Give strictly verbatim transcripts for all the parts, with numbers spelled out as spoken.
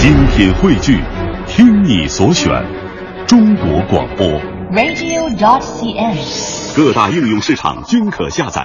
精品汇聚，听你所选，中国广播 radio dot c n， 各大应用市场均可下载。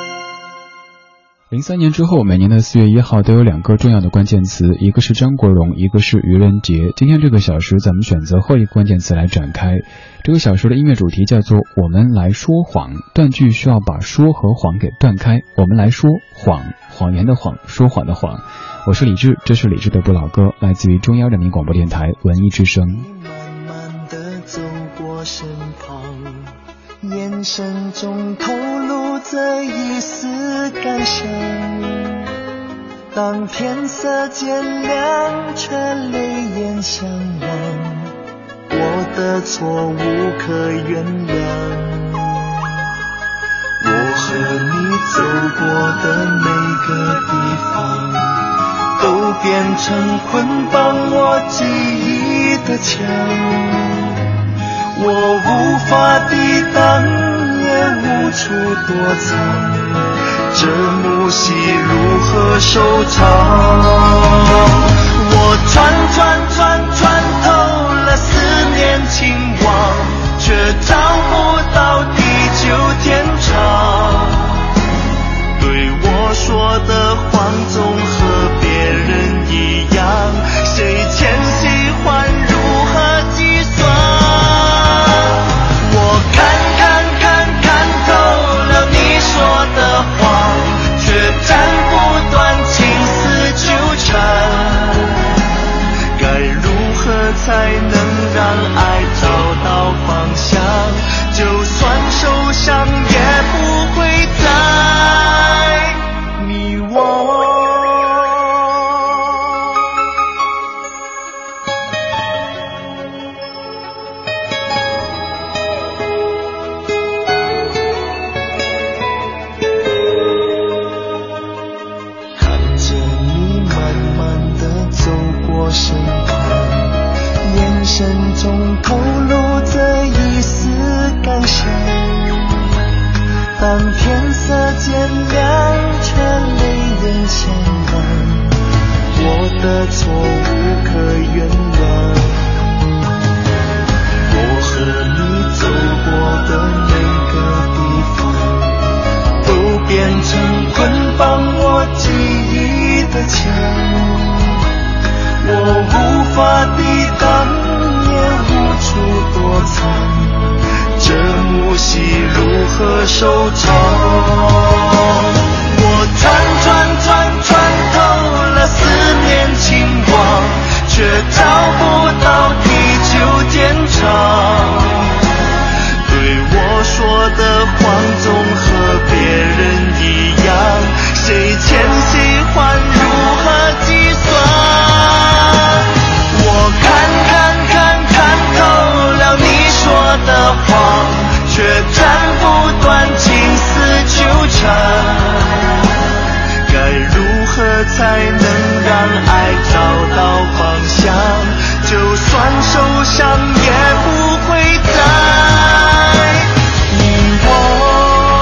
零三年之后，每年的四月一号都有两个重要的关键词，一个是张国荣，一个是愚人节。今天这个小时咱们选择后一个关键词来展开。这个小时的音乐主题叫做我们来说谎，断句需要把说和谎给断开。我们来说谎，谎言的谎，说谎的谎。我是李志，这是李志的不老歌，来自于中央人民广播电台文艺之声。 慢慢地走过身旁，眼神中透露着一丝感伤，当天色渐亮却泪眼相望，我的错无可原谅。我和你走过的每个地方都变成捆绑我记忆的墙，我无法抵挡也无处躲藏，这幕戏如何收场？我穿穿穿穿透了思念情网，却找不到地久天长，对我说的谎总和别人一样，谁欠谁还如何计算？我看看看看透了你说的谎，却斩不断情丝纠缠，该如何才能让爱找到方向？就算受伤也不会再迷惘。看着你慢慢地走过身旁，眼神中透露着一丝感伤，当天色渐亮却泪眼相望，我的错无可原谅。我和你走过的每个地方都变成捆绑我记忆的墙，我无法抵挡也无处躲藏，这幕戏如何收场？我穿穿穿穿透了思念情网，却找不到地久天长，对我说的谎总和别人一样，谁欠谁还如何计算？我看看看看透了你说的谎，却斩不断情丝纠缠，该如何才能让爱找到方向？就算受伤也不会再迷惘。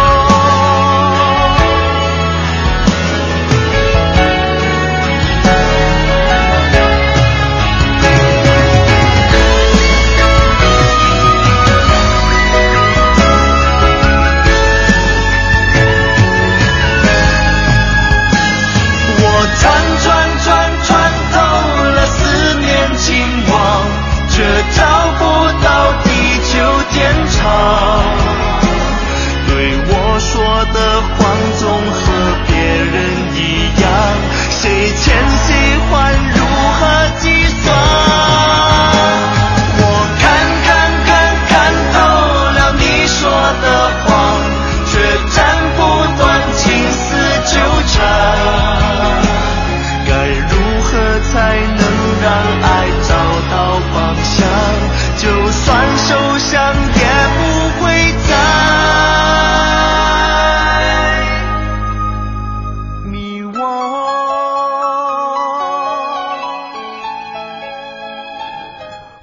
穿穿穿穿透了思念情网，却找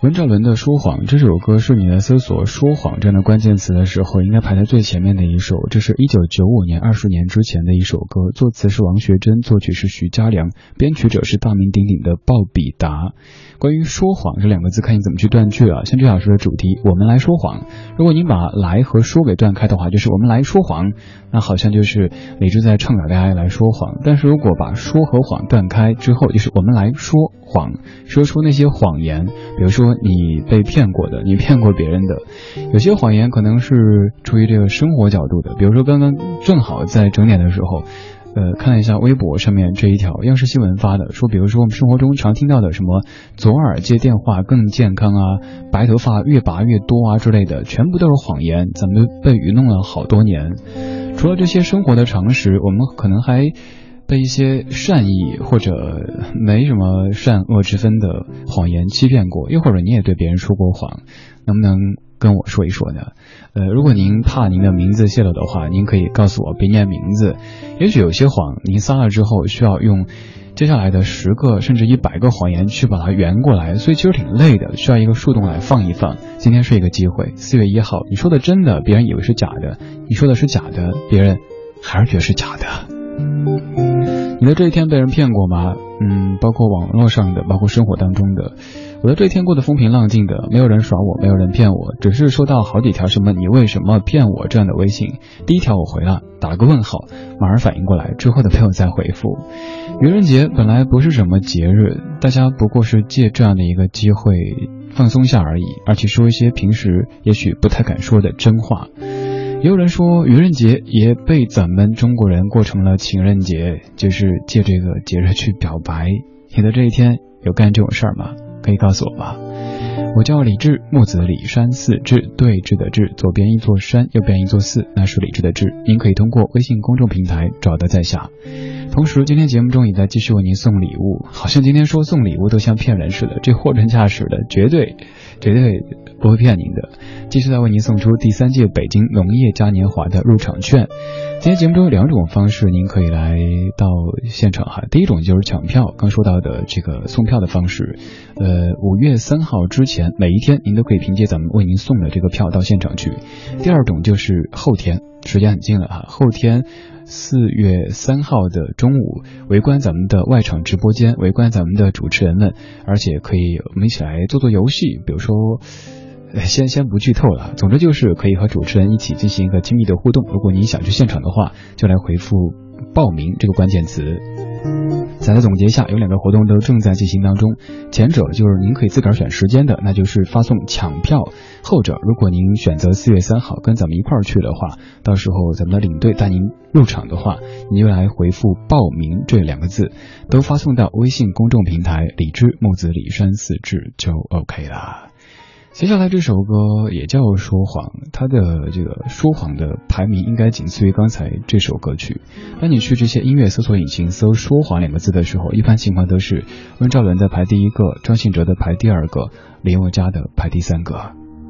温兆伦的《说谎》这首歌是你在搜索说谎这样的关键词的时候应该排在最前面的一首，这是一九九五年二十年之前的一首歌，作词是王学珍，作曲是徐嘉良，编曲者是大名鼎鼎的鲍比达。关于说谎这两个字看你怎么去断句啊，像这小时的主题我们来说谎，如果你把来和说给断开的话，就是我们来说谎，那好像就是李志在倡导大家来说谎。但是如果把说和谎断开之后，就是我们来说谎，说出那些谎言，比如说你被骗过的，你骗过别人的，有些谎言可能是出于这个生活角度的，比如说刚刚正好在整点的时候呃，看了一下微博上面这一条央视新闻发的，说比如说我们生活中常听到的什么左耳接电话更健康啊，白头发越拔越多啊之类的，全部都是谎言，咱们被愚弄了好多年。除了这些生活的常识，我们可能还被一些善意或者没什么善恶之分的谎言欺骗过，又或者你也对别人说过谎，能不能跟我说一说呢？呃，如果您怕您的名字泄露的话，您可以告诉我别念名字。也许有些谎您撒了之后需要用接下来的十个甚至一百个谎言去把它圆过来，所以其实挺累的，需要一个树洞来放一放。今天是一个机会，四月一号，你说的真的别人以为是假的，你说的是假的别人还是觉得是假的。你的这一天被人骗过吗？嗯，包括网络上的，包括生活当中的。我的这一天过得风平浪静的，没有人耍我，没有人骗我，只是收到好几条什么你为什么骗我这样的微信。第一条我回了，打了个问号，马上反应过来，之后的没有再回复。愚人节本来不是什么节日，大家不过是借这样的一个机会放松下而已，而且说一些平时也许不太敢说的真话。也有人说愚人节也被咱们中国人过成了情人节，就是借这个节日去表白。你的这一天有干这种事儿吗？可以告诉我吧。我叫李志，木子李山寺志，对峙的志，左边一座山，右边一座寺，那是李志的志。您可以通过微信公众平台找到在下。同时今天节目中也在继续为您送礼物，好像今天说送礼物都像骗人似的，这货真价实的，绝对绝对不会骗您的。继续在为您送出第三届北京农业嘉年华的入场券。今天节目中有两种方式您可以来到现场哈，第一种就是抢票，刚说到的这个送票的方式，呃，五月三号之前每一天您都可以凭借咱们为您送的这个票到现场去。第二种就是后天，时间很近了哈，后天四月三号的中午围观咱们的外场直播间，围观咱们的主持人们，而且可以我们一起来做做游戏，比如说先先不剧透了，总之就是可以和主持人一起进行一个亲密的互动。如果您想去现场的话，就来回复报名这个关键词。再来总结一下，有两个活动都正在进行当中，前者就是您可以自个儿选时间的，那就是发送抢票；后者如果您选择四月三号跟咱们一块儿去的话，到时候咱们的领队带您入场的话，您就来回复报名这两个字，都发送到微信公众平台李志木子李山寺志就 OK 了。接下来这首歌也叫说谎，它的这个说谎的排名应该仅次于刚才这首歌曲。当你去这些音乐搜索引擎搜说谎两个字的时候，一般情况都是温兆伦的排第一个，张信哲的排第二个，林宥嘉的排第三个。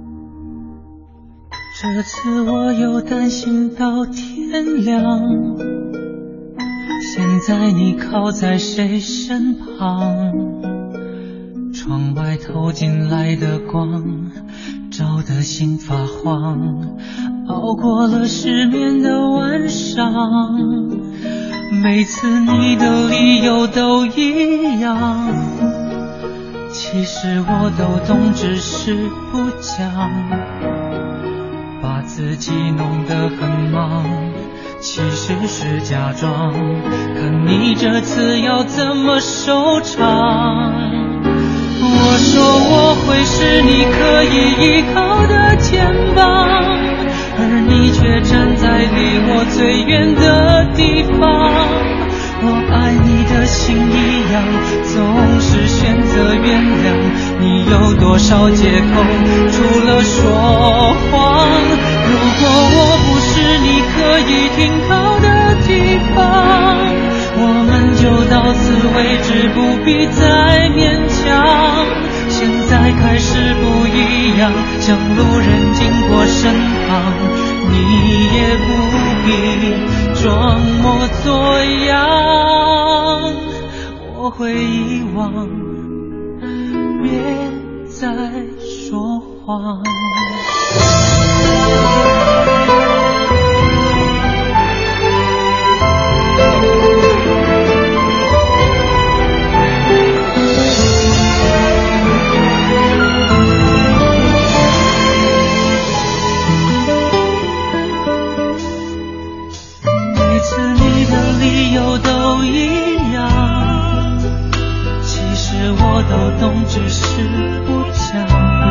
这次我又担心到天亮，现在你靠在谁身旁？窗外透进来的光，照得心发慌，熬过了失眠的晚上。每次你的理由都一样，其实我都懂，只是不讲，把自己弄得很忙，其实是假装，看你这次要怎么收场。我说我会是你可以依靠的肩膀，而你却站在离我最远的地方。我爱你的心一样，总是选择原谅。你有多少借口，除了说谎？如果我不是你可以停靠的地方，我们就到此为止，不必再勉强。现在开始不一样，像路人经过身旁，你也不必装模作样。我会遗忘，别再说谎。每次你的理由都一样，其实我都懂，只是不讲，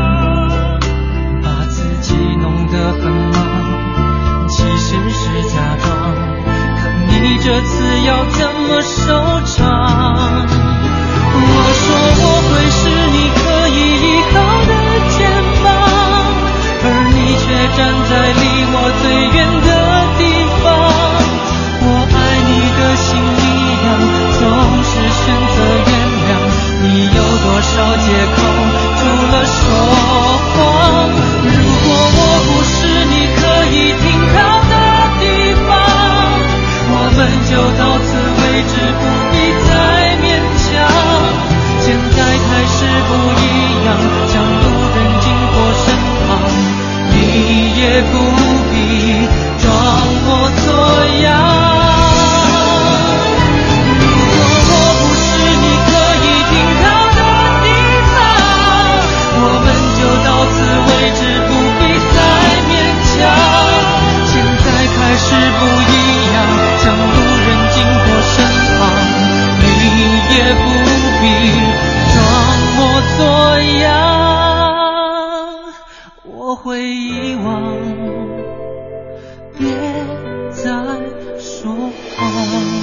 把自己弄得很忙，其实是假装，看你这次要怎么收场。我说我会是你可以依靠的肩膀，而你却站在离我最远的地方。我爱你的心一样，总是选择原谅，你有多少借口，除了说谎。如果我不是你可以停靠的地方，我们就到此为止，不必再勉强。现在开始不一样，像路人经过身旁，你也不必装模作样。是不一样，像路人经过身旁，你也不必装模作样。我会遗忘，别再说谎。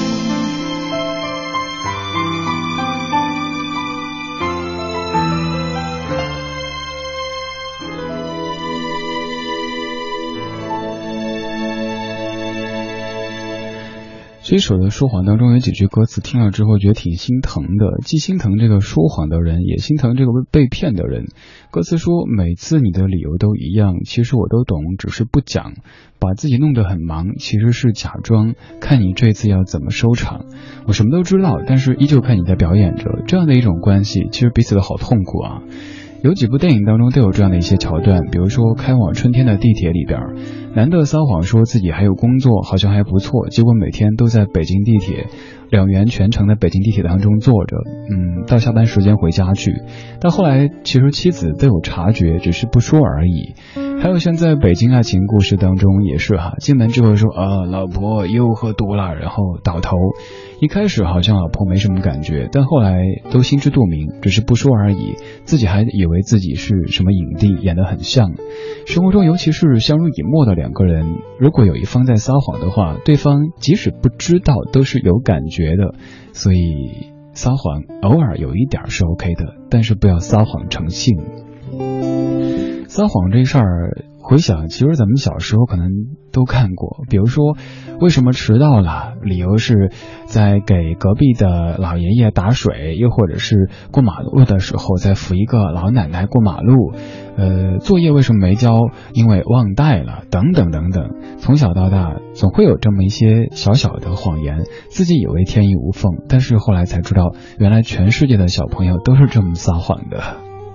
这首的说谎当中有几句歌词听了之后觉得挺心疼的，既心疼这个说谎的人，也心疼这个被骗的人。歌词说每次你的理由都一样，其实我都懂，只是不讲，把自己弄得很忙，其实是假装，看你这次要怎么收场。我什么都知道，但是依旧看你在表演着，这样的一种关系其实彼此都好痛苦啊。有几部电影当中都有这样的一些桥段，比如说开往春天的地铁里边，男的撒谎说自己还有工作，好像还不错，结果每天都在北京地铁两元全程的北京地铁当中坐着，嗯，到下班时间回家去。但后来其实妻子都有察觉，只是不说而已。还有像在北京爱情故事当中也是哈，进门之后说啊，老婆又喝多了，然后倒头。一开始好像老婆没什么感觉，但后来都心知肚明，只是不说而已，自己还以为自己是什么影帝，演得很像。生活中尤其是相濡以沫的两个人，如果有一方在撒谎的话，对方即使不知道都是有感觉的，所以撒谎偶尔有一点是 OK 的，但是不要撒谎成性。撒谎这事儿回想，其实咱们小时候可能都看过，比如说为什么迟到了，理由是在给隔壁的老爷爷打水，又或者是过马路的时候在扶一个老奶奶过马路，呃，作业为什么没交，因为忘带了，等等等等。从小到大总会有这么一些小小的谎言，自己以为天衣无缝，但是后来才知道原来全世界的小朋友都是这么撒谎的。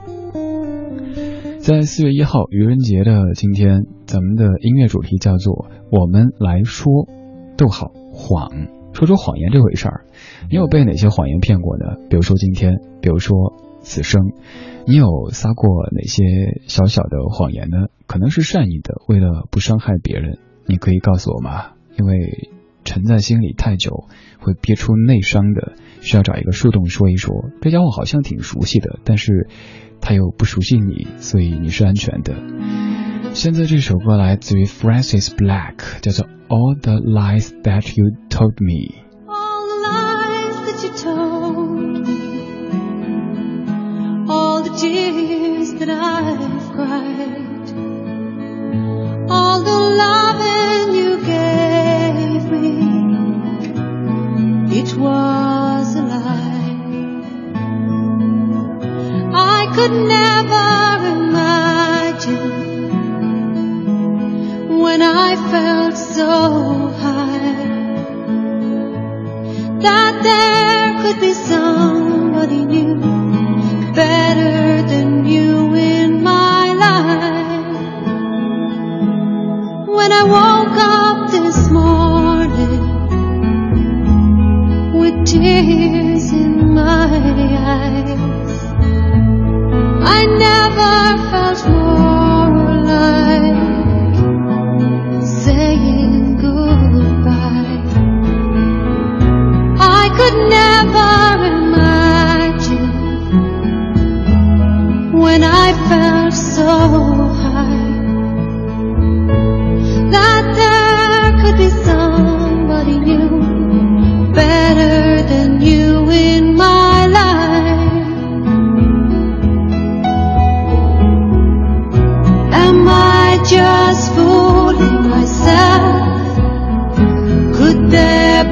在四月一号愚人节的今天，咱们的音乐主题叫做我们来说逗号谎，说说谎言这回事儿。你有被哪些谎言骗过呢？比如说今天，比如说此生，你有撒过哪些小小的谎言呢？可能是善意的，为了不伤害别人，你可以告诉我吗？因为沉在心里太久会憋出内伤的，需要找一个树洞说一说。这家伙好像挺熟悉的，但是他又不熟悉你，所以你是安全的。现在这首歌来自于 Francis Black， 叫做 All the Lies That You Told Me。 All the lies that you told me, all the tears that I've cried, all the loving you gave me, it was a lie. I could never imagine when I felt so high that there could be somebody new, better than you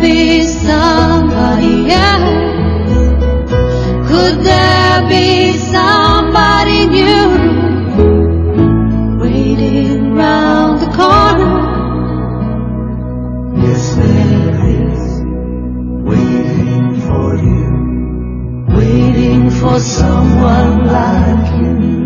be somebody else? Could there be somebody new waiting round the corner? Yes, there is, waiting for you, waiting for someone like you.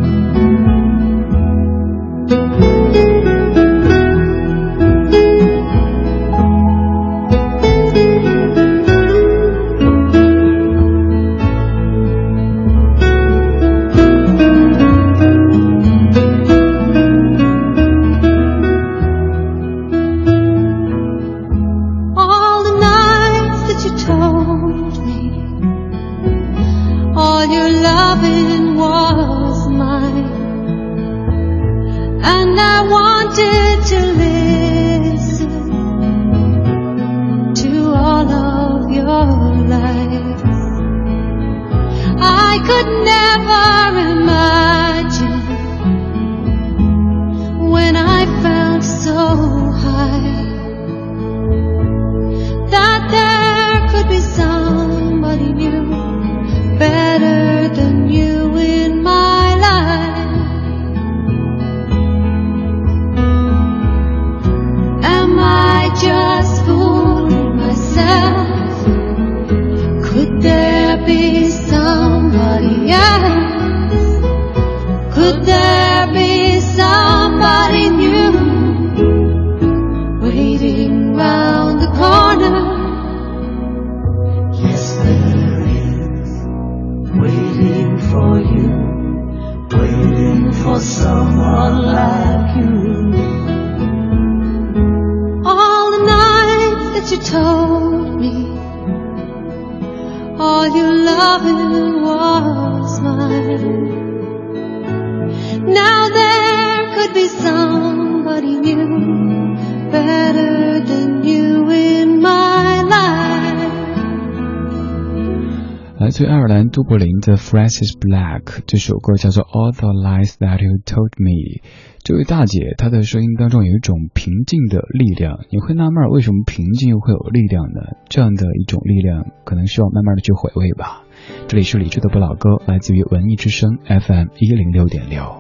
来自爱尔兰都柏林的 Frances Black， 这首歌叫做 All the Lies That You Told Me。 这位大姐她的声音当中有一种平静的力量，你会纳闷为什么平静又会有力量呢？这样的一种力量可能需要慢慢的去回味吧。这里是理智的不老歌，来自于文艺之声 F M 一零六点六。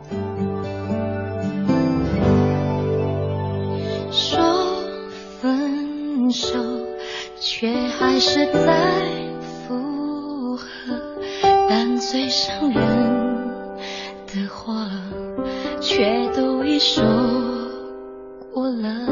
说分手，却还是在附和，但最伤人的话，却都已说过了。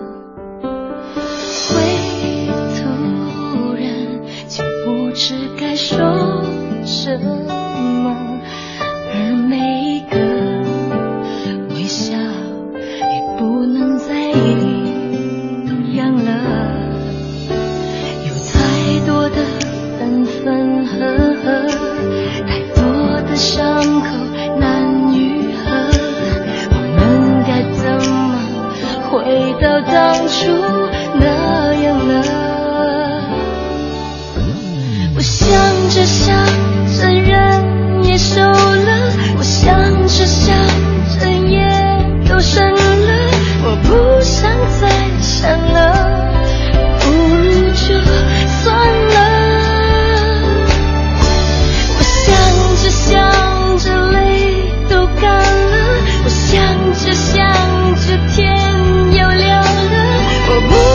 会突然就不知该说什么，而每一个微笑也不能再一样了。有太多的分分合合，太多的伤口难愈合，我们该怎么回到当初那样了？我想着想着人也瘦了，我想着想着也都生了，我不想再想了，不如就算了。我想着想着泪都干了，我想着想着天又亮了，我不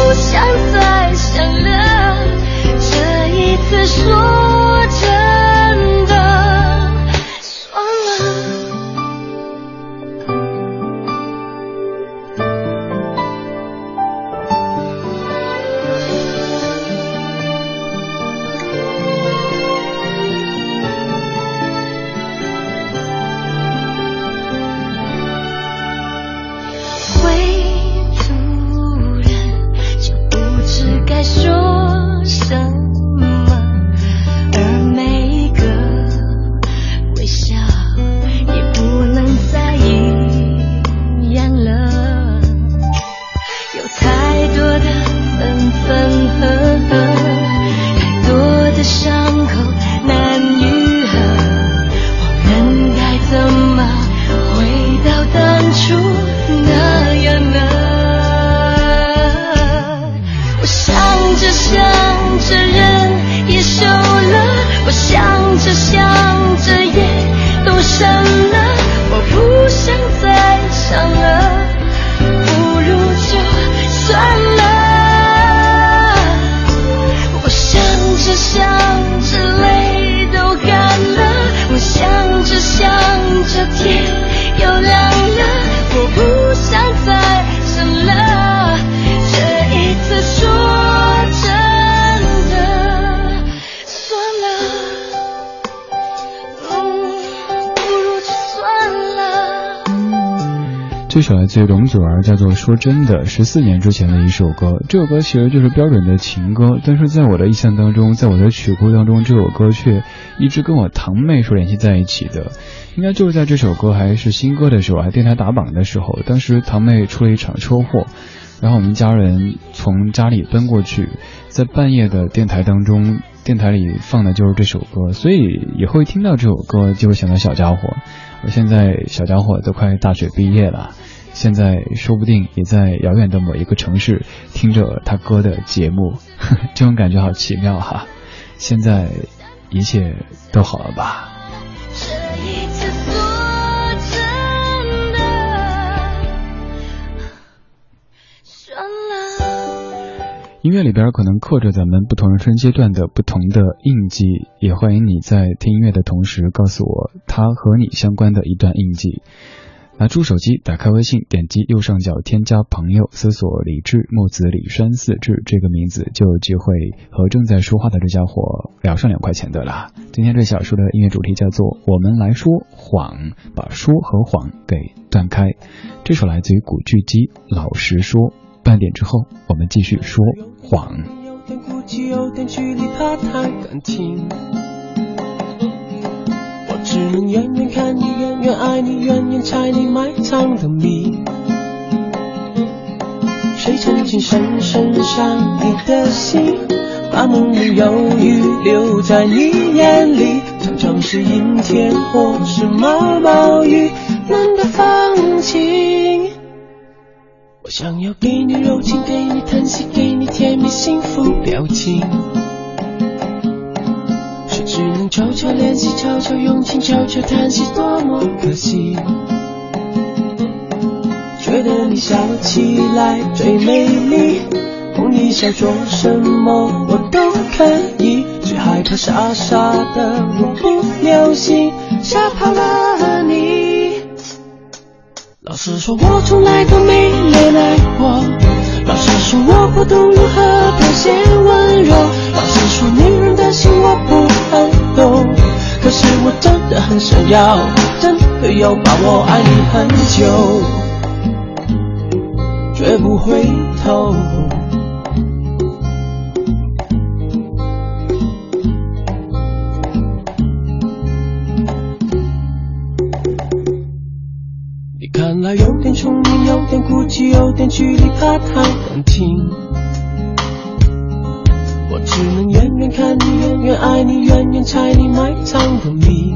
这首来自于容祖儿，叫做《说真的》，十四年之前的一首歌。这首歌其实就是标准的情歌，但是在我的印象当中，在我的曲库当中，这首歌却一直跟我堂妹是联系在一起的。应该就是在这首歌还是新歌的时候，还电台打榜的时候，当时堂妹出了一场车祸，然后我们家人从家里奔过去，在半夜的电台当中，电台里放的就是这首歌，所以以后一听到这首歌就会想到小家伙。而现在小家伙都快大学毕业了，现在说不定也在遥远的某一个城市听着他哥的节目，呵呵，这种感觉好奇妙哈。现在一切都好了吧？ 这一次说真的，算了。 音乐里边可能刻着咱们不同人生阶段的不同的印记，也欢迎你在听音乐的同时告诉我它和你相关的一段印记。拿出手机，打开微信，点击右上角添加朋友，搜索李志，木子李山四志这个名字，就有机会和正在说话的这家伙聊上两块钱的啦。今天这小说的音乐主题叫做我们来说谎，把说和谎给断开。这首来自于古巨基，老实说。半点之后我们继续说谎。 有点孤寂，有点距离，怕太感情，我只能远远看你，远远爱你，远远猜你埋藏的谜。谁曾经深深伤你的心，把梦里忧郁留在你眼里，常常是阴天或是毛毛雨，冷的放晴。我想要给你柔情，给你叹息，给你甜蜜幸福表情，却只能悄悄联系，悄悄用情，悄悄叹息，多么可惜。觉得你笑起来最美丽，哄你笑做什么我都可以，只害怕傻傻的我不留心，吓跑了你。老实说我从来都没恋爱过，老实说我不懂如何表现温柔，老实说女人的心我不很懂，可是我真的很想要，真的有把握爱你很久，绝不回头。看来有点聪明，有点孤寂，有点距离，怕太感情，我只能远远看你，远远爱你，远远猜你埋藏的谜。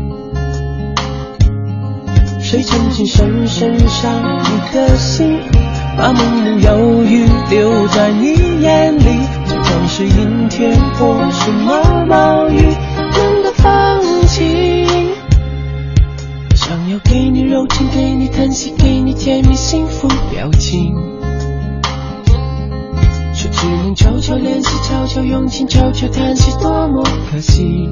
谁曾经深深伤你的心，把梦里忧郁留在你眼里，常常是阴天或是毛毛雨，冷的放晴。想要给你柔情，给你叹息，给你甜蜜幸福表情，却只能悄悄联系，悄悄用情，悄悄叹息，多么可惜。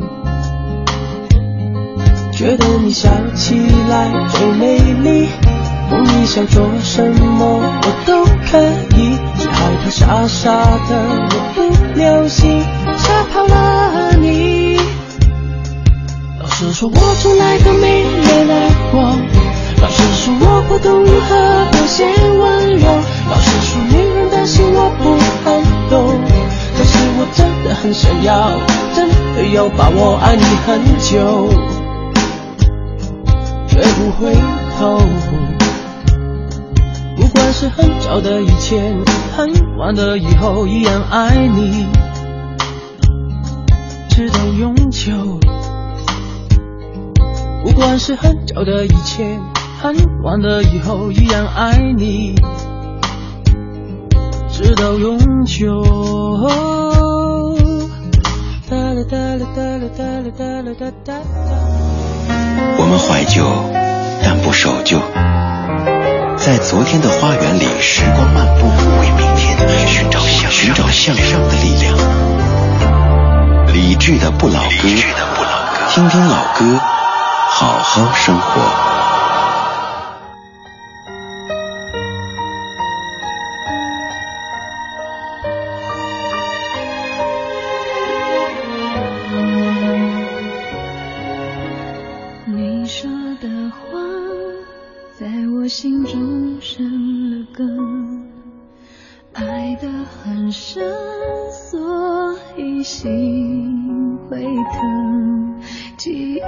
觉得你笑起来最美丽，哄你笑做什么我都可以，只害怕傻傻的我不留心，吓跑了你。老实说我从来都没恋爱过，老实说我不懂如何表现温柔，老实说女人的心我不很懂，可是我真的很想要，真的有把握爱你很久，绝不回头。不管是很早的以前，很晚的以后，一样爱你，直到永久。不管是很早的以前，很晚的以后，一样爱你，直到永久。 我们怀旧，但不守旧。在昨天的花园里，时光漫步，为明天寻找向寻找向上的力量。理智的不老歌，听听老歌，好好生活。 你说的话在我我心中生了根，爱得很深，所以心会疼。记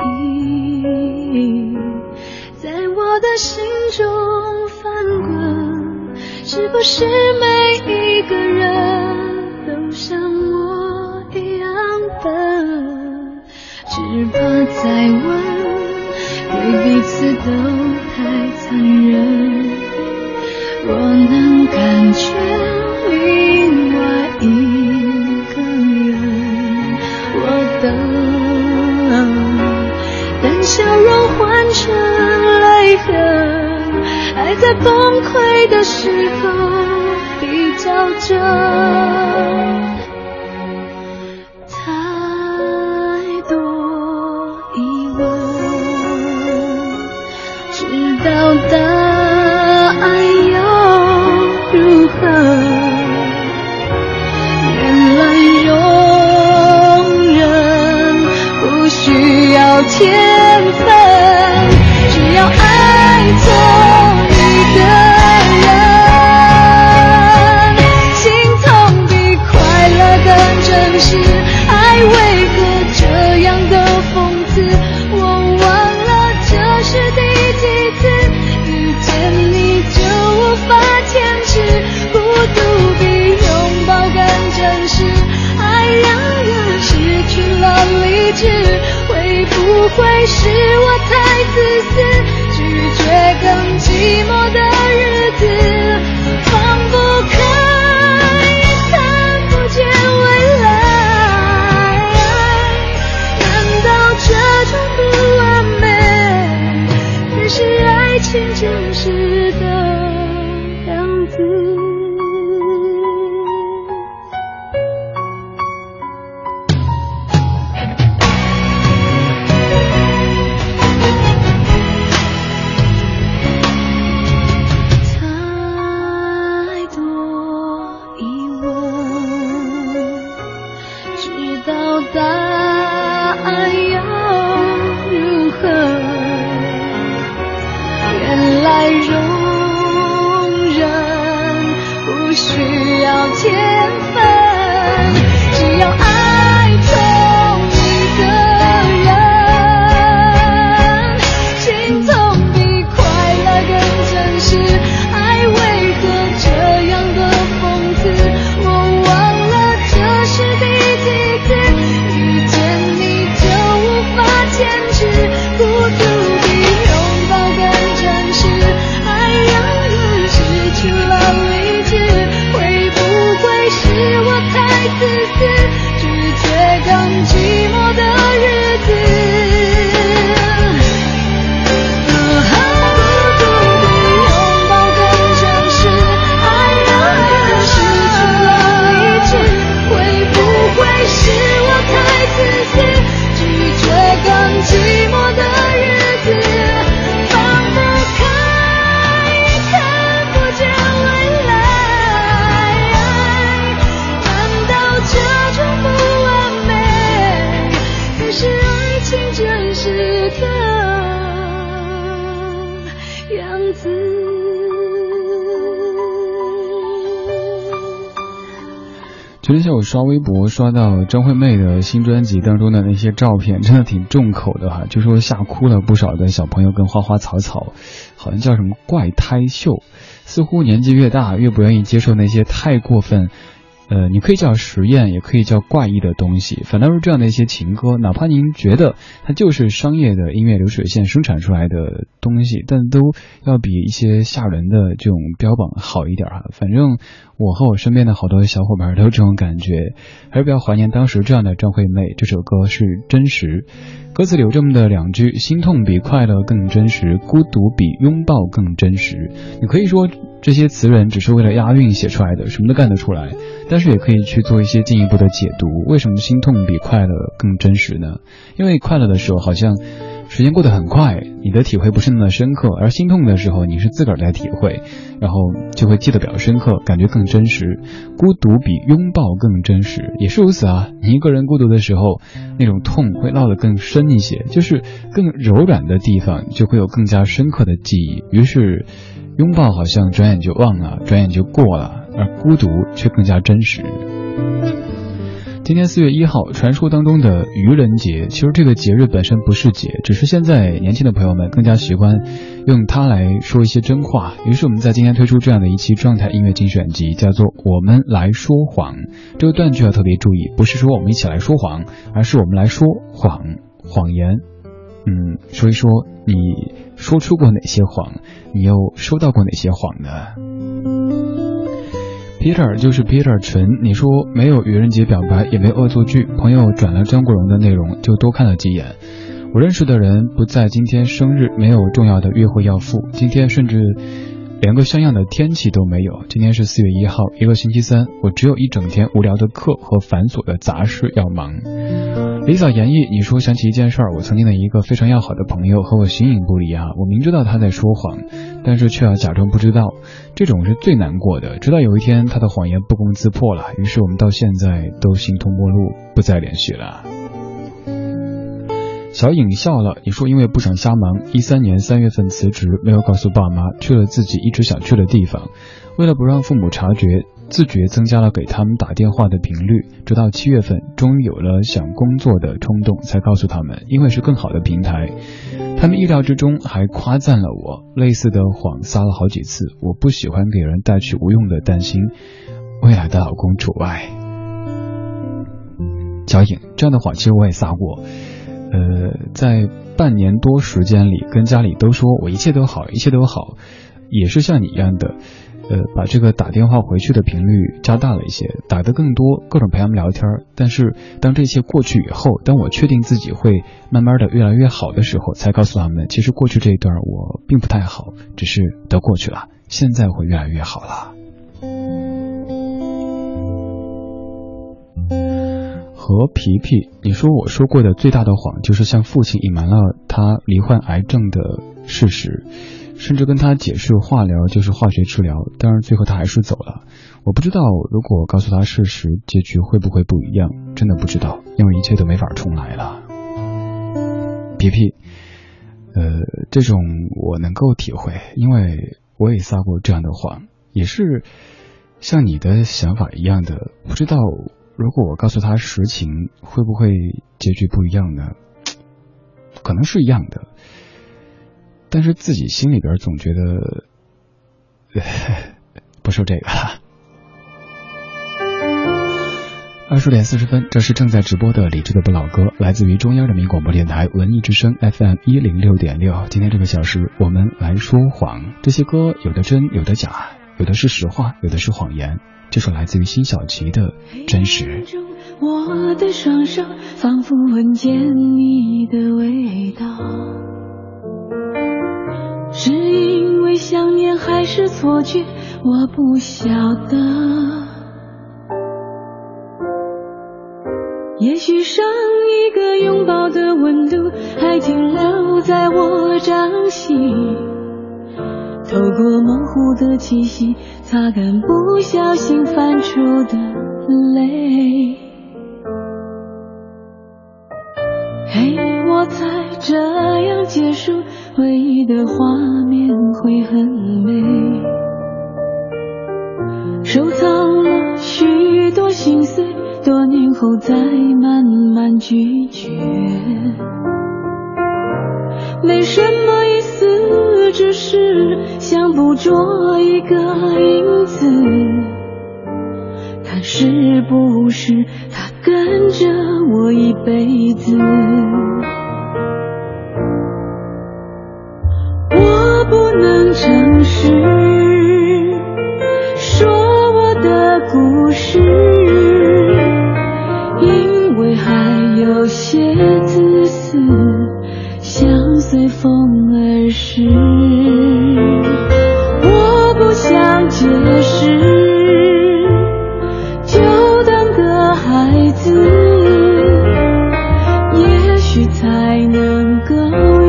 忆在我的心中翻滚，是不是每一个人都像我一样笨？只怕再问，对彼此都太残忍。我能感觉另外一个人，我等，但笑容换成泪痕，爱在崩溃的时候比较真。太多疑问，直到答案要如何？原来容忍不需要天分，只要爱错一个人。心痛比快乐更真实，爱为何这样的讽刺？我忘了这是第几次遇见你就无法坚持，孤独比拥抱更真实，爱让人失去了理智，会不会是我太自私，拒绝更寂寞的日子，放不开也看不见未来。难道这种不完美才是爱情真实的样子？太多疑问，直到答案要如何？原来容忍不需要天分，只要爱错一个人。心痛比快乐更真实，爱为何这样的讽刺？我忘了这是第几次遇见你就无法坚持，孤独比拥抱更真实，爱让人失去了理智，会不会是我太自私，拒绝更寂寞的日子？孤独比拥抱更真实，爱让人失去了理智，会不会是我太自私，拒绝更寂寞的日子，放不开也看不见未来。难道这种不完美才是爱情真实的样子？ 昨天下午刷微博，刷到张惠妹的新专辑当中的那些照片，真的挺重口的哈，就说吓哭了不少的小朋友跟花花草草，好像叫什么怪胎秀，似乎年纪越大越不愿意接受那些太过分，呃，你可以叫实验，也可以叫怪异的东西，反倒是这样的一些情歌，哪怕您觉得它就是商业的音乐流水线生产出来的东西，但都要比一些吓人的这种标榜好一点哈。反正我和我身边的好多小伙伴都有这种感觉，还是比较怀念当时这样的张惠妹。这首歌是真实，歌词里有这么的两句：心痛比快乐更真实，孤独比拥抱更真实。你可以说这些词人只是为了押韵写出来的，什么都干得出来，但是也可以去做一些进一步的解读。为什么心痛比快乐更真实呢？因为快乐的时候好像时间过得很快，你的体会不是那么深刻，而心痛的时候你是自个儿在体会，然后就会记得比较深刻，感觉更真实。孤独比拥抱更真实，也是如此啊。你一个人孤独的时候，那种痛会烙得更深一些，就是更柔软的地方就会有更加深刻的记忆。于是拥抱好像转眼就忘了，转眼就过了，而孤独却更加真实。今天四月一号，传说当中的愚人节，其实这个节日本身不是节，只是现在年轻的朋友们更加喜欢用它来说一些真话。于是我们在今天推出这样的一期状态音乐精选集，叫做我们来说谎。这个段句要特别注意，不是说我们一起来说谎，而是我们来说谎，谎言。嗯，说一说你说出过哪些谎，你又收到过哪些谎呢？Peter 就是 Peter 陈，你说没有愚人节表白，也没有恶作剧，朋友转了张国荣的内容就多看了几眼。我认识的人不在今天生日，没有重要的约会要赴，今天甚至连个像样的天气都没有。今天是四月一号，一个星期三，我只有一整天无聊的课和繁琐的杂事要忙。Lisa 言意，你说想起一件事儿，我曾经的一个非常要好的朋友和我形影不离啊，我明知道他在说谎，但是却要假装不知道，这种是最难过的。直到有一天他的谎言不攻自破了，于是我们到现在都形同陌路，不再联系了。小颖笑了，你说因为不想瞎忙，一三年三月份辞职，没有告诉爸妈，去了自己一直想去的地方，为了不让父母察觉，自觉增加了给他们打电话的频率，直到七月份终于有了想工作的冲动，才告诉他们，因为是更好的平台。他们意料之中还夸赞了我，类似的谎撒了好几次，我不喜欢给人带去无用的担心，未来的老公除外。小颖，这样的谎其实我也撒过，呃，在半年多时间里跟家里都说我一切都好，一切都好，也是像你一样的呃，把这个打电话回去的频率加大了一些，打得更多，各种陪他们聊天。但是当这一切过去以后，当我确定自己会慢慢的越来越好的时候，才告诉他们，其实过去这一段我并不太好，只是都过去了，现在会越来越好了。和皮皮，你说我说过的最大的谎就是向父亲隐瞒了他罹患癌症的事实，甚至跟他解释化疗就是化学治疗，当然最后他还是走了。我不知道如果我告诉他事实，结局会不会不一样，真的不知道，因为一切都没法重来了。皮皮，呃，这种我能够体会，因为我也撒过这样的谎，也是像你的想法一样的，不知道如果我告诉他实情，会不会结局不一样呢？可能是一样的，但是自己心里边总觉得不说这个了。二十点四十分，这是正在直播的理智的不老歌，来自于中央人民广播电台文艺之声 F M 一零六点六。今天这个小时，我们来说谎。这些歌有的真，有的假，有的是实话，有的是谎言。这首来自于辛晓琪的《真实》。 我的双手仿佛闻见你的味道，是因为想念还是错觉，我不晓得。也许上一个拥抱的温度还停留在我掌心，透过模糊的气息擦干不小心泛出的泪。嘿，我猜这样结束回忆的画面会很美，收藏了许多心碎，多年后再慢慢咀嚼。没什么意思，只是想捕捉一个影子，看是不是他跟着我一辈子。我不能诚实说我的故事，因为还有些自私想随风而逝。我不想解释，就当个孩子，也许才能够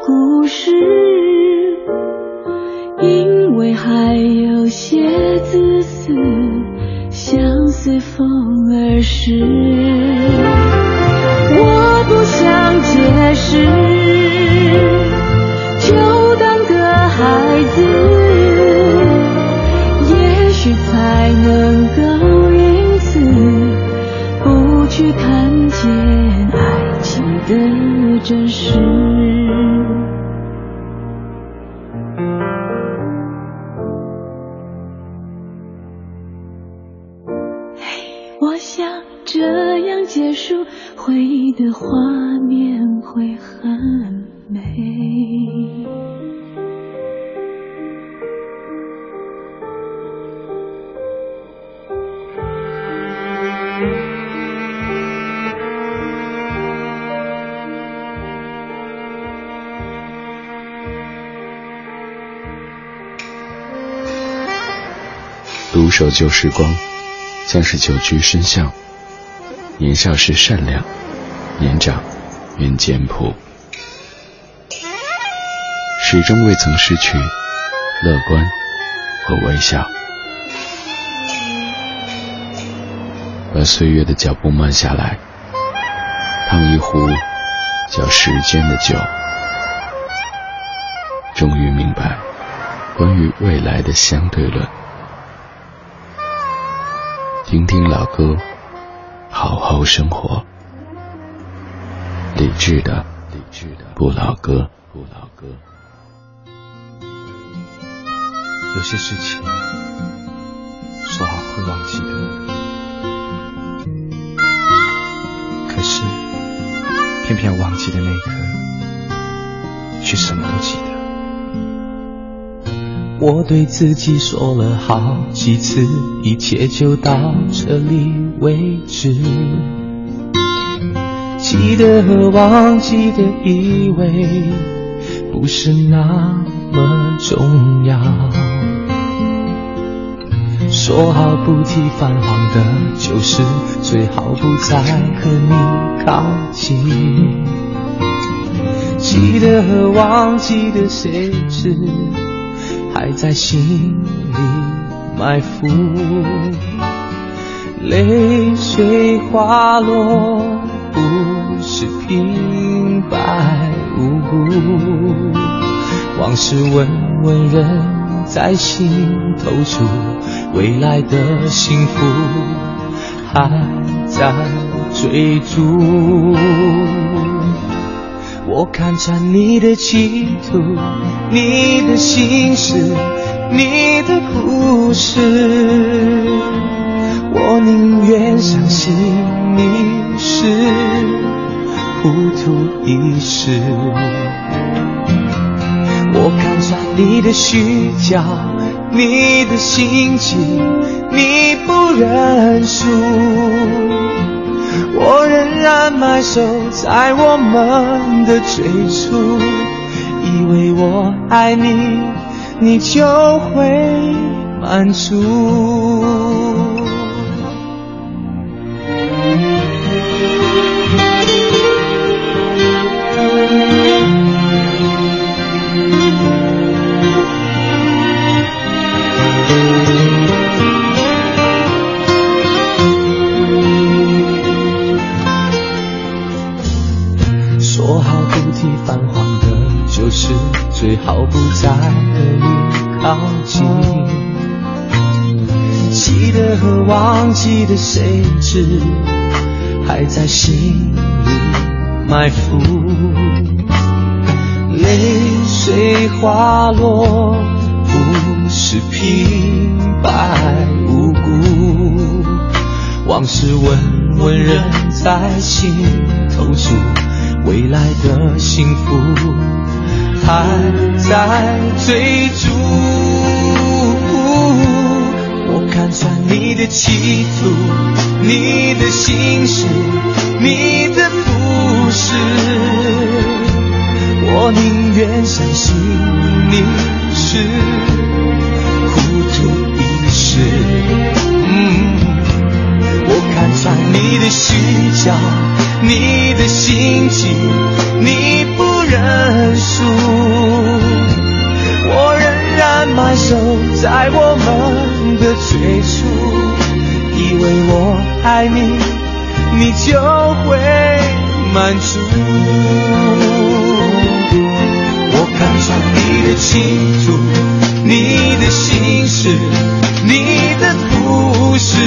故事，因为还有些自私想随风而逝。我不想解释，就当个孩子，也许才能够因此不去看见爱情的真实。我想这样结束，回忆的画面会很美。 独守旧时光，像是久居深巷。年少时善良，年长愿简朴，始终未曾失去乐观和微笑。把岁月的脚步慢下来，烫一壶叫时间的酒，终于明白关于未来的相对论。听听老歌，好好生活。理智的理智的不老歌不老歌。 有些事情说好会忘记的，可是偏偏忘记的那一刻却什么都记得。 我对自己说了好几次，一切就到这里为止。记得和忘记的以为不是那么重要，说好不提泛黄的旧事，最好不再和你靠近。记得和忘记的谁知还在心里埋伏，泪水滑落不是平白无故，往事温温人在心头处，未来的幸福还在追逐。我看穿你的企图，你的心事，你的故事，我宁愿相信你是糊涂一时。我看穿你的虚假，你的心机，你不认输，我仍然埋首在我们的最初，以为我爱你，你就会满足。说好不提泛黄的旧事，最好不再和你靠近。记得和忘记的谁知还在心里埋伏，泪水滑落不是平白无故，往事温温人在心头处，未来的幸福还在追逐。我看穿你的企图，你的心事，你的故事，我宁愿相信你是糊涂一时。嗯，我看穿你的虚假，你的心机，你不认输， 最初，以为我爱你，你就会满足。我看穿你的企图，你的心事，你的故事，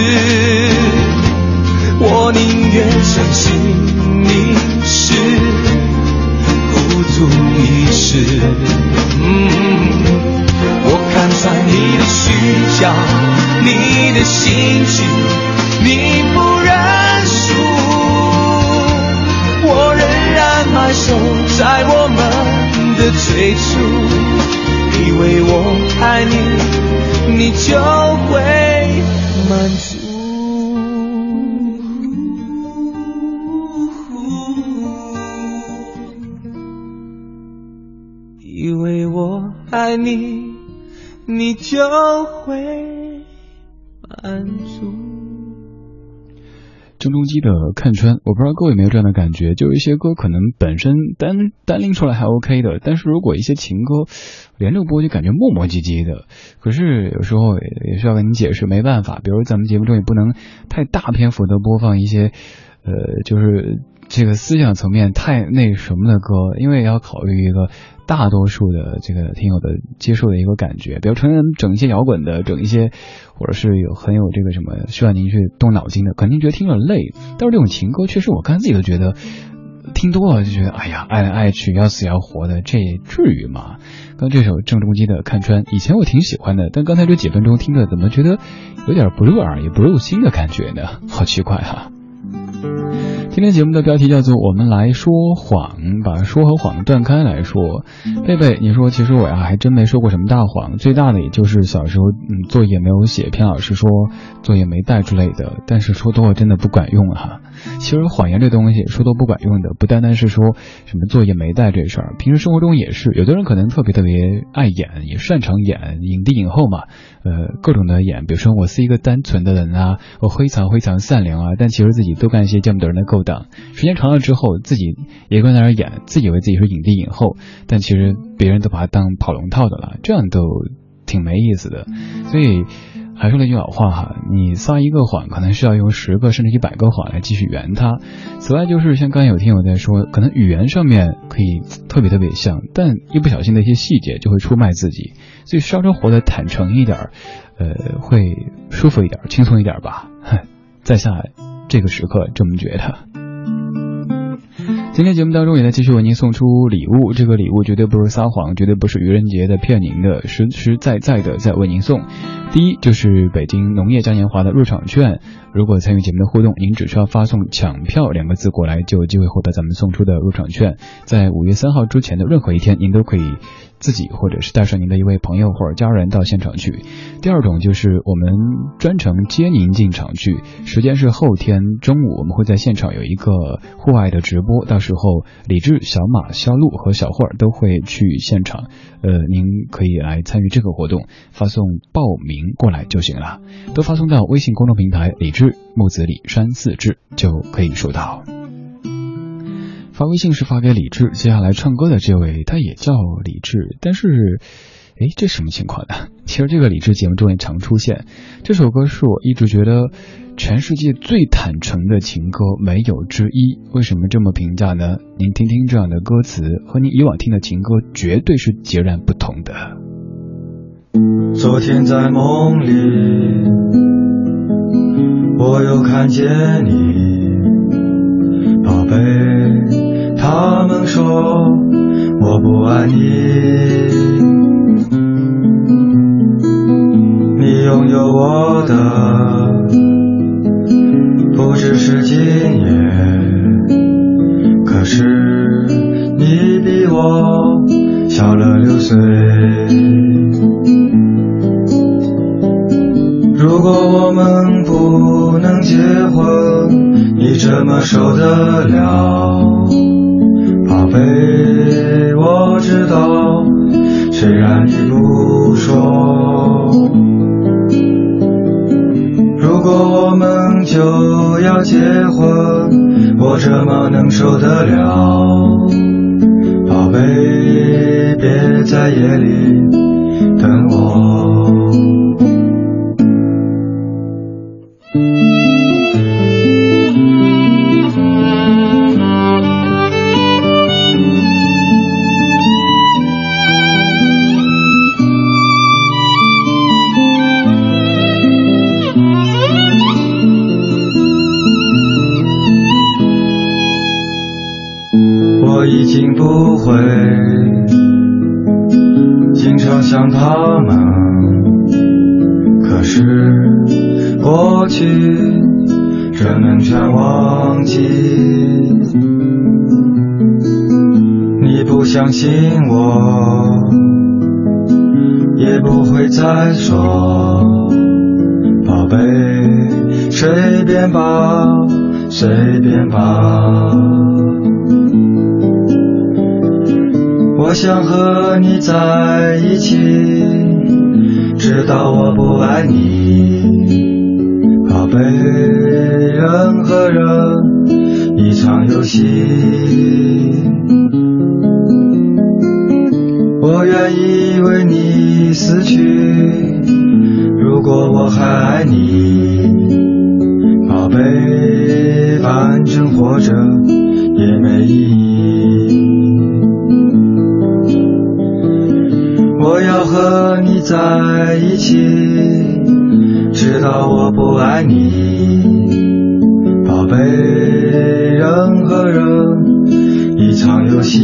我宁愿相信你是孤独一时。嗯，我看穿你的虚假，你的心机，你不认输，我仍然埋首在我们的最初，以为我爱你，你就会满足。以为我爱你，你就会满足。 郑中基的看穿，我不知道各位有没有这样的感觉，就有一些歌可能本身单单拎出来还 OK 的，但是如果一些情歌连着播就感觉磨磨唧唧的，可是有时候也需要跟你解释，没办法，比如咱们节目中也不能太大篇幅的播放一些呃就是这个思想层面太那什么的歌，因为要考虑一个大多数的这个听友的接受的一个感觉，比如成人整一些摇滚的，整一些或者是有很有这个什么需要您去动脑筋的，肯定觉得听了累。但是这种情歌确实我刚才自己都觉得听多了就觉得哎呀爱来爱去要死要活的，这至于吗？刚这首郑中基的看穿，以前我挺喜欢的，但刚才这几分钟听着怎么觉得有点不入耳也不入心的感觉呢？好奇怪哈。今天节目的标题叫做我们来说谎，把说和谎断开来说。贝贝你说其实我呀还真没说过什么大谎，最大的也就是小时候嗯作业没有写，偏老师说作业没带之类的，但是说多了真的不管用啊。其实谎言这东西说多不管用的，不单单是说什么作业没带这事儿，平时生活中也是，有的人可能特别特别爱演，也擅长演，影帝影后嘛，呃各种的演，比如说我是一个单纯的人啊，我非常非常善良啊，但其实自己都干一些见不得人的勾当，时间长了之后自己也跟在那儿演，自以为自己是影帝影后，但其实别人都把他当跑龙套的了，这样都挺没意思的。所以还说了一句老话哈，你撒一个谎可能是要用十个甚至一百个谎来继续圆它。此外就是像刚才有听友在说，可能语言上面可以特别特别像，但一不小心的一些细节就会出卖自己，所以稍稍活得坦诚一点，呃，会舒服一点，轻松一点吧。在下这个时刻这么觉得。今天节目当中也在继续为您送出礼物，这个礼物绝对不是撒谎，绝对不是愚人节的骗您的，实实在在的在为您送。第一就是北京农业嘉年华的入场券，如果参与节目的互动，您只需要发送抢票两个字过来，就有机会获得咱们送出的入场券，在五月三号之前的任何一天您都可以自己或者是带上您的一位朋友或者家人到现场去。第二种就是我们专程接您进场去，时间是后天中午，我们会在现场有一个户外的直播，到时候李志、小马、肖路和小慧都会去现场，呃，您可以来参与这个活动，发送报名过来就行了，都发送到微信公众平台李志木子李山四志就可以收到。发微信是发给李志，接下来唱歌的这位他也叫李志，但是诶，这什么情况呢？其实这个李志节目中也常出现，这首歌是我一直觉得全世界最坦诚的情歌没有之一。为什么这么评价呢？您听听这样的歌词，和您以往听的情歌绝对是截然不同的。 昨天在梦里，我又看见你，宝贝，他们说我不爱你，你拥有我的不只是今夜，可是你比我小了六岁。如果我们不能结婚，你怎么受得了？宝贝，我知道，虽然你不说。如果我们就要结婚，我怎么能受得了？宝贝，别在夜里等我。 多想他们，可是过去怎能全忘记？你不相信我，也不会再说，宝贝，随便吧，随便吧。我想和你在一起，直到我不爱你，宝贝，人和人一场游戏，我愿意为你死去，如果我还爱你，宝贝，反正活着也没意义。我要和你在一起，直到我不爱你，宝贝，人和人一场游戏，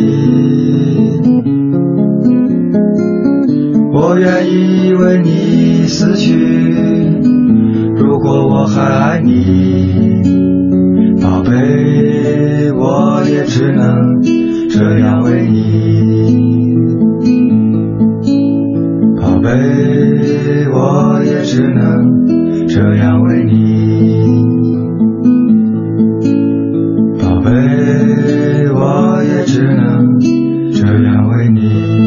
我愿意为你死去，如果我还爱你，宝贝，我也只能这样为你，宝贝，我也只能这样为你，宝贝，我也只能这样为你。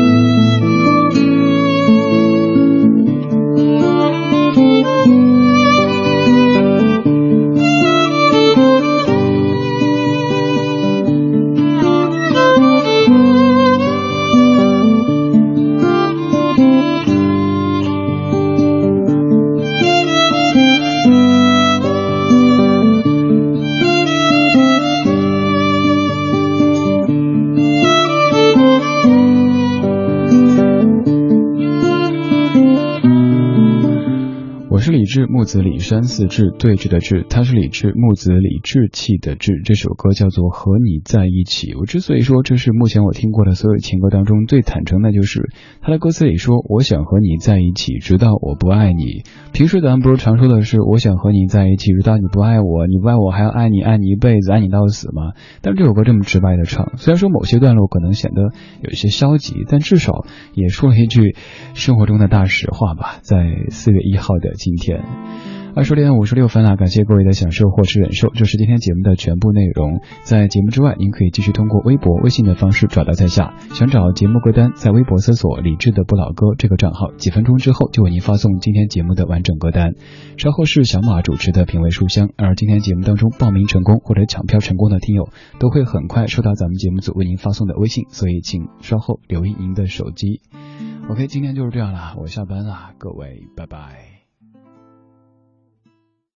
木子李山寺志对峙的志，他是李志，木子李志气的志。这首歌叫做和你在一起。我之所以说这是目前我听过的所有情歌当中最坦诚的，就是他的歌词里说我想和你在一起直到我不爱你。平时咱们不是常说的是我想和你在一起直到你不爱我，你不爱我还要爱你，爱你一辈子，爱你到死吗？但是这首歌这么直白的唱，虽然说某些段落可能显得有一些消极，但至少也说了一句生活中的大实话吧。在四月一号的今天二十点五十六分了，感谢各位的享受或是忍受，这是今天节目的全部内容。在节目之外，您可以继续通过微博、微信的方式找到在下。想找节目歌单，在微博搜索李志的不老歌这个账号，几分钟之后就为您发送今天节目的完整歌单。稍后是小马主持的品味书香，而今天节目当中报名成功或者抢票成功的听友，都会很快收到咱们节目组为您发送的微信，所以请稍后留意您的手机。OK， 今天就是这样了，我下班了，各位拜拜。